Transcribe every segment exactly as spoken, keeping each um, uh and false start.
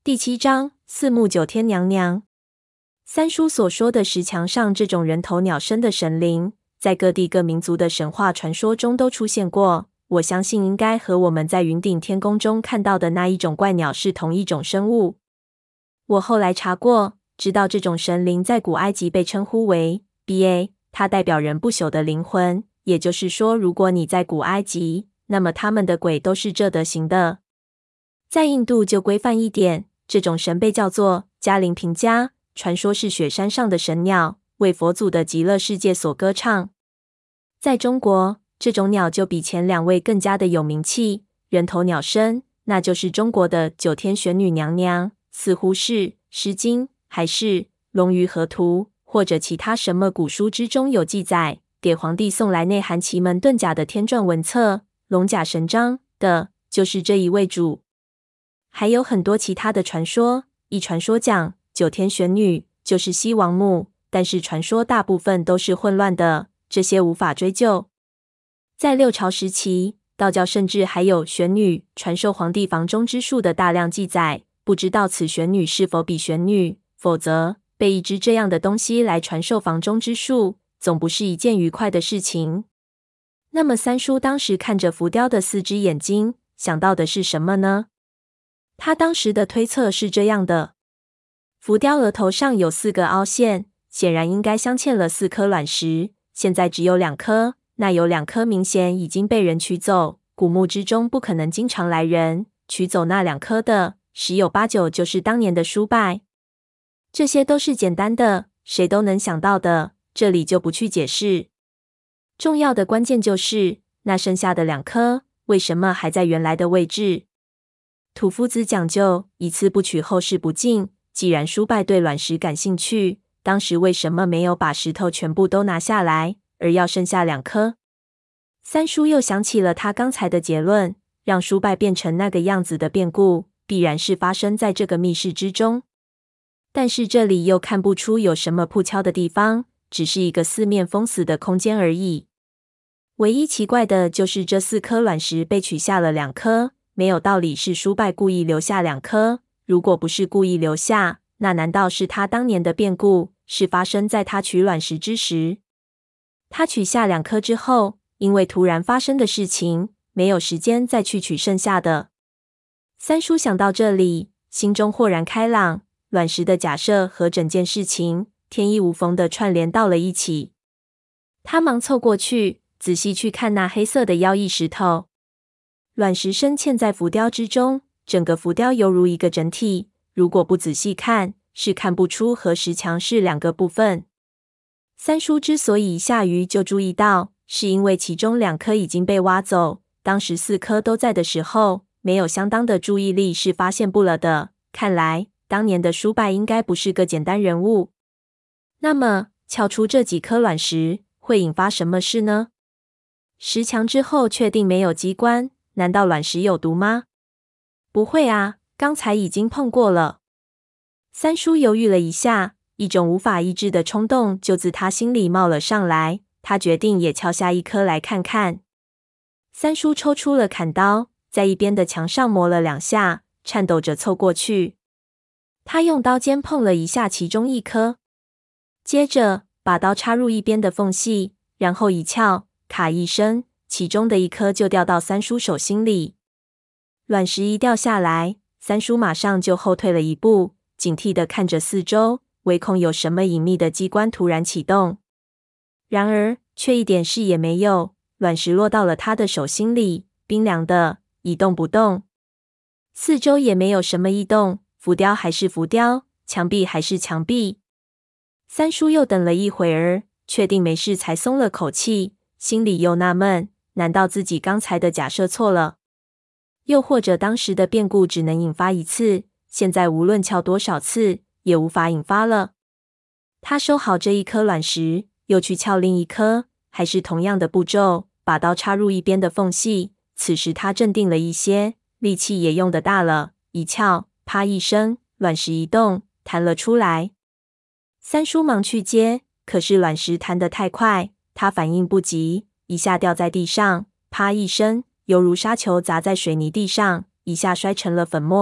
第七章四目九天娘娘。三叔所说的石墙上这种人头鸟身的神灵，在各地各民族的神话传说中都出现过。我相信应该和我们在云顶天宫中看到的那一种怪鸟是同一种生物。我后来查过，知道这种神灵在古埃及被称呼为 B A， 它代表人不朽的灵魂。也就是说，如果你在古埃及，那么他们的鬼都是这德行的。在印度就规范一点，这种神被叫做迦陵频伽，传说是雪山上的神鸟，为佛祖的极乐世界所歌唱。在中国，这种鸟就比前两位更加的有名气，人头鸟身，那就是中国的九天玄女娘娘，似乎是《诗经》还是《龙鱼河图》或者其他什么古书之中有记载，给皇帝送来内含奇门遁甲的天传文册《龙甲神章》的，就是这一位主。还有很多其他的传说，一传说讲九天玄女就是西王母，但是传说大部分都是混乱的，这些无法追究。在六朝时期，道教甚至还有玄女传授皇帝房中之术的大量记载，不知道此玄女是否比玄女，否则被一只这样的东西来传授房中之术，总不是一件愉快的事情。那么三叔当时看着浮雕的四只眼睛，想到的是什么呢？他当时的推测是这样的：浮雕额头上有四个凹陷，显然应该镶嵌了四颗卵石，现在只有两颗，那有两颗明显已经被人取走，古墓之中不可能经常来人，取走那两颗的，十有八九就是当年的叔拜。这些都是简单的，谁都能想到的，这里就不去解释。重要的关键就是，那剩下的两颗，为什么还在原来的位置？土夫子讲究一次不取后事不敬，既然叔拜对卵石感兴趣，当时为什么没有把石头全部都拿下来，而要剩下两颗？三叔又想起了他刚才的结论，让叔拜变成那个样子的变故，必然是发生在这个密室之中。但是这里又看不出有什么铺敲的地方，只是一个四面封死的空间而已。唯一奇怪的就是这四颗卵石被取下了两颗，没有道理是叔拜故意留下两颗，如果不是故意留下，那难道是他当年的变故，是发生在他取卵石之时？他取下两颗之后，因为突然发生的事情，没有时间再去取剩下的。三叔想到这里，心中豁然开朗，卵石的假设和整件事情天衣无缝地串联到了一起。他忙凑过去，仔细去看那黑色的妖异石头。卵石深嵌在浮雕之中，整个浮雕犹如一个整体，如果不仔细看，是看不出和石墙是两个部分。三叔之所以一下鱼就注意到，是因为其中两颗已经被挖走，当时四颗都在的时候，没有相当的注意力是发现不了的。看来当年的叔拜应该不是个简单人物。那么撬出这几颗卵石会引发什么事呢？石墙之后确定没有机关，难道卵石有毒吗？不会啊，刚才已经碰过了。三叔犹豫了一下，一种无法抑制的冲动就自他心里冒了上来，他决定也撬下一颗来看看。三叔抽出了砍刀，在一边的墙上磨了两下，颤抖着凑过去。他用刀尖碰了一下其中一颗，接着把刀插入一边的缝隙，然后一撬，咔一声，其中的一颗就掉到三叔手心里。卵石一掉下来，三叔马上就后退了一步，警惕地看着四周，唯恐有什么隐秘的机关突然启动。然而却一点事也没有，卵石落到了他的手心里，冰凉的，一动不动。四周也没有什么异动，浮雕还是浮雕，墙壁还是墙壁。三叔又等了一会儿，确定没事才松了口气，心里又纳闷，难道自己刚才的假设错了？又或者当时的变故只能引发一次，现在无论撬多少次，也无法引发了。他收好这一颗卵石，又去撬另一颗，还是同样的步骤，把刀插入一边的缝隙。此时他镇定了一些，力气也用得大了，一撬，啪一声，卵石一动，弹了出来。三叔忙去接，可是卵石弹得太快，他反应不及，一下掉在地上，啪一声，犹如沙球砸在水泥地上，一下摔成了粉末，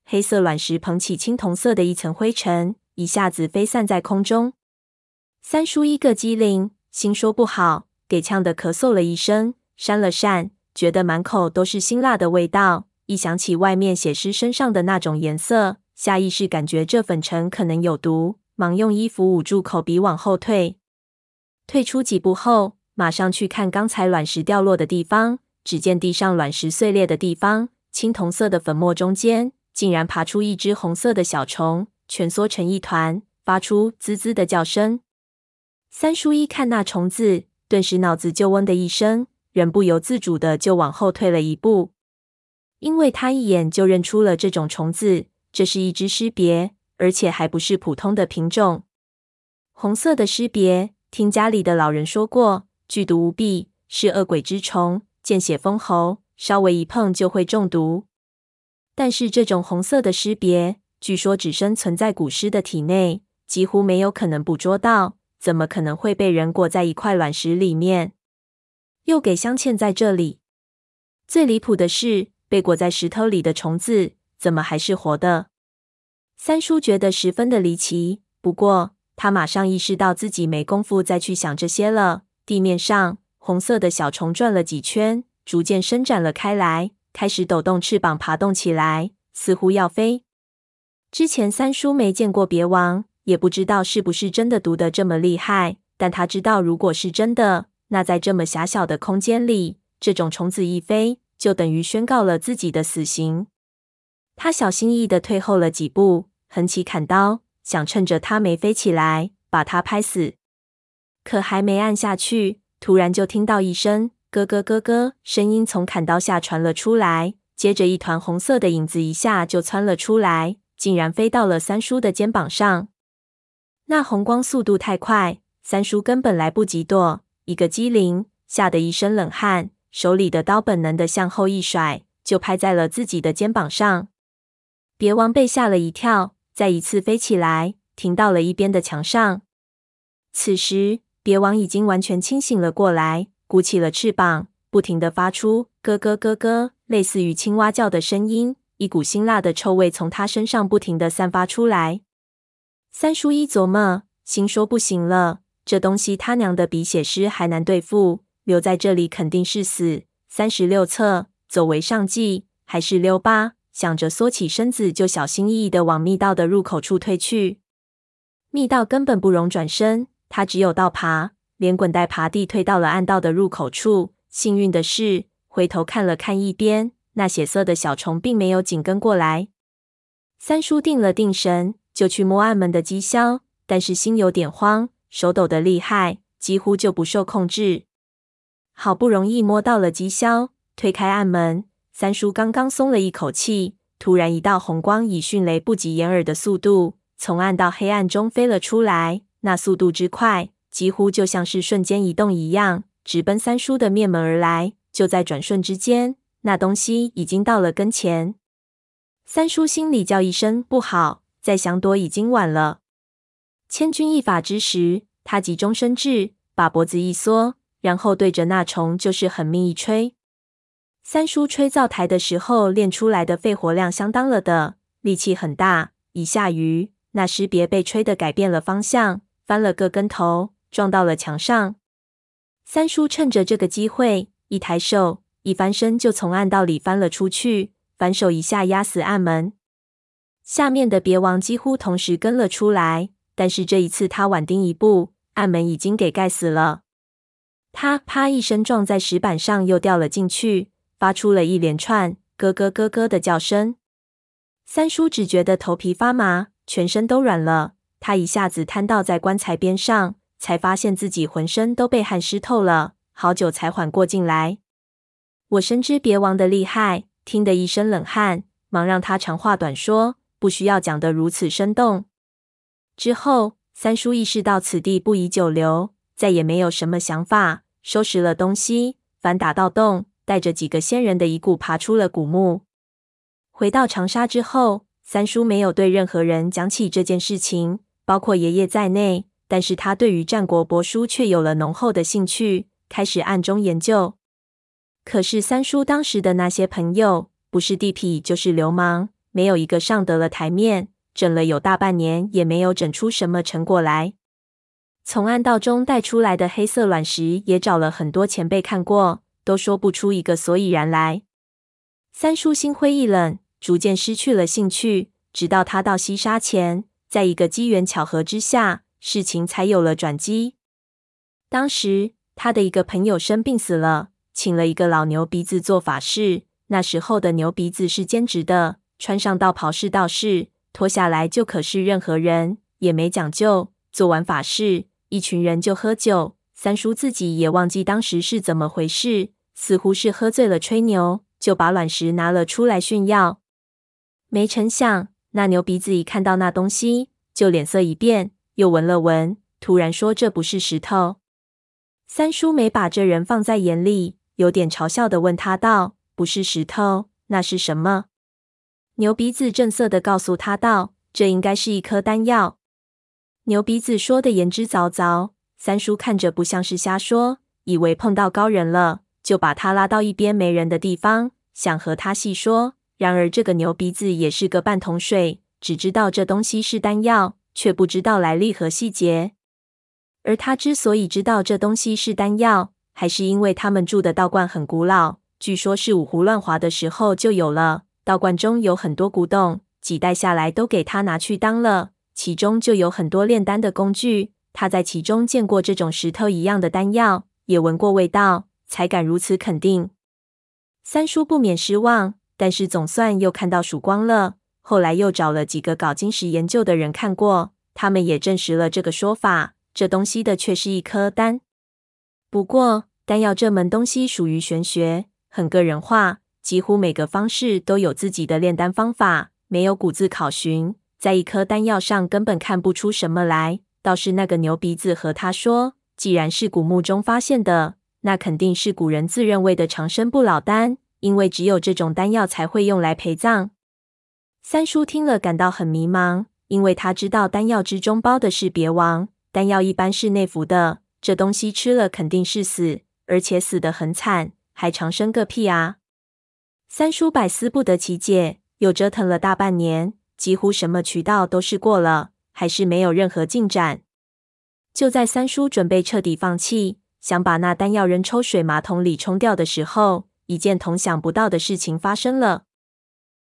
黑色卵石捧起青铜色的一层灰尘，一下子飞散在空中。三叔一个机灵，心说不好，给呛得咳嗽了一声，扇了扇，觉得满口都是辛辣的味道。一想起外面血尸身上的那种颜色，下意识感觉这粉尘可能有毒，忙用衣服捂住口鼻往后退。退出几步后，马上去看刚才卵石掉落的地方，只见地上卵石碎裂的地方，青铜色的粉末中间竟然爬出一只红色的小虫，蜷缩成一团，发出滋滋的叫声。三叔一看那虫子，顿时脑子就嗡的一声，人不由自主的就往后退了一步。因为他一眼就认出了这种虫子，这是一只尸鳖，而且还不是普通的品种。红色的尸鳖，听家里的老人说过，剧毒无比，是恶鬼之虫，见血封喉，稍微一碰就会中毒。但是这种红色的尸鳖，据说只生存在古尸的体内，几乎没有可能捕捉到，怎么可能会被人裹在一块卵石里面，又给镶嵌在这里？最离谱的是，被裹在石头里的虫子，怎么还是活的？三叔觉得十分的离奇，不过他马上意识到自己没工夫再去想这些了。地面上，红色的小虫转了几圈，逐渐伸展了开来，开始抖动翅膀爬动起来，似乎要飞。之前三叔没见过鳖王，也不知道是不是真的毒得这么厉害，但他知道如果是真的，那在这么狭小的空间里，这种虫子一飞，就等于宣告了自己的死刑。他小心翼翼地退后了几步，横起砍刀，想趁着它没飞起来，把它拍死。可还没按下去，突然就听到一声咯咯咯咯声音从砍刀下传了出来，接着一团红色的影子一下就窜了出来，竟然飞到了三叔的肩膀上。那红光速度太快，三叔根本来不及躲，一个机灵，吓得一身冷汗，手里的刀本能的向后一甩，就拍在了自己的肩膀上。鳖王被吓了一跳，再一次飞起来，停到了一边的墙上。此时，鳖王已经完全清醒了过来，鼓起了翅膀，不停地发出咯咯咯咯类似于青蛙叫的声音，一股辛辣的臭味从他身上不停地散发出来。三叔一琢磨，心说不行了，这东西他娘的比血尸还难对付，留在这里肯定是死。三十六策，走为上计，还是溜吧。想着缩起身子，就小心翼翼地往密道的入口处退去。密道根本不容转身，他只有倒爬，连滚带爬地退到了暗道的入口处。幸运的是，回头看了看一边，那血色的小虫并没有紧跟过来。三叔定了定神，就去摸暗门的机销，但是心有点慌，手抖得厉害，几乎就不受控制。好不容易摸到了机销，推开暗门，三叔刚刚松了一口气，突然一道红光以迅雷不及掩耳的速度从暗道黑暗中飞了出来，那速度之快，几乎就像是瞬间移动一样，直奔三叔的面门而来。就在转瞬之间，那东西已经到了跟前。三叔心里叫一声不好，再想躲已经晚了。千钧一发之时，他急中生智，把脖子一缩，然后对着那虫就是狠命一吹。三叔吹灶台的时候练出来的肺活量相当了的，力气很大，一下雨，那尸鳖被吹得改变了方向，翻了个跟头，撞到了墙上。三叔趁着这个机会，一抬手，一翻身就从暗道里翻了出去，反手一下压死暗门。下面的鳖王几乎同时跟了出来，但是这一次他晚丁一步，暗门已经给盖死了。他啪一声撞在石板上，又掉了进去，发出了一连串咯咯咯咯的叫声。三叔只觉得头皮发麻，全身都软了，他一下子瘫倒在棺材边上，才发现自己浑身都被汗湿透了，好久才缓过劲来。我深知鳖王的厉害，听得一身冷汗，忙让他长话短说，不需要讲得如此生动。之后，三叔意识到此地不宜久留，再也没有什么想法，收拾了东西，反打到洞，带着几个仙人的遗骨爬出了古墓。回到长沙之后，三叔没有对任何人讲起这件事情，包括爷爷在内，但是他对于战国帛书却有了浓厚的兴趣，开始暗中研究。可是三叔当时的那些朋友，不是地痞就是流氓， 没有一个上得了台面，整了有大半年也没有整出什么成果来。从暗道中带出来的黑色卵石也找了很多前辈看过，都说不出一个所以然来。三叔心灰意冷，逐渐失去了兴趣，直到他到西沙前，在一个机缘巧合之下，事情才有了转机。当时他的一个朋友生病死了，请了一个老牛鼻子做法事。那时候的牛鼻子是尖直的，穿上道袍是道士，脱下来就可是任何人，也没讲究。做完法事，一群人就喝酒，三叔自己也忘记当时是怎么回事，似乎是喝醉了吹牛，就把卵石拿了出来炫耀。没成想，那牛鼻子一看到那东西，就脸色一变，又闻了闻，突然说这不是石头。三叔没把这人放在眼里，有点嘲笑地问他道：不是石头，那是什么？牛鼻子正色地告诉他道：这应该是一颗丹药。牛鼻子说的言之凿凿，三叔看着不像是瞎说，以为碰到高人了，就把他拉到一边没人的地方，想和他细说。然而这个牛鼻子也是个半桶水，只知道这东西是丹药，却不知道来历和细节。而他之所以知道这东西是丹药，还是因为他们住的道观很古老，据说是五胡乱华的时候就有了。道观中有很多古董，几代下来都给他拿去当了，其中就有很多炼丹的工具。他在其中见过这种石头一样的丹药，也闻过味道，才敢如此肯定。三叔不免失望，但是总算又看到曙光了。后来又找了几个搞金石研究的人看过，他们也证实了这个说法，这东西的却是一颗丹。不过丹药这门东西属于玄学，很个人化，几乎每个方士都有自己的炼丹方法，没有古字考寻，在一颗丹药上根本看不出什么来。倒是那个牛鼻子和他说，既然是古墓中发现的，那肯定是古人自认为的长生不老丹，因为只有这种丹药才会用来陪葬。三叔听了感到很迷茫，因为他知道丹药之中包的是别亡，丹药一般是内服的，这东西吃了肯定是死，而且死得很惨，还长生个屁啊！三叔百思不得其解，又折腾了大半年，几乎什么渠道都试过了，还是没有任何进展。就在三叔准备彻底放弃，想把那丹药扔抽水马桶里冲掉的时候，一件同想不到的事情发生了。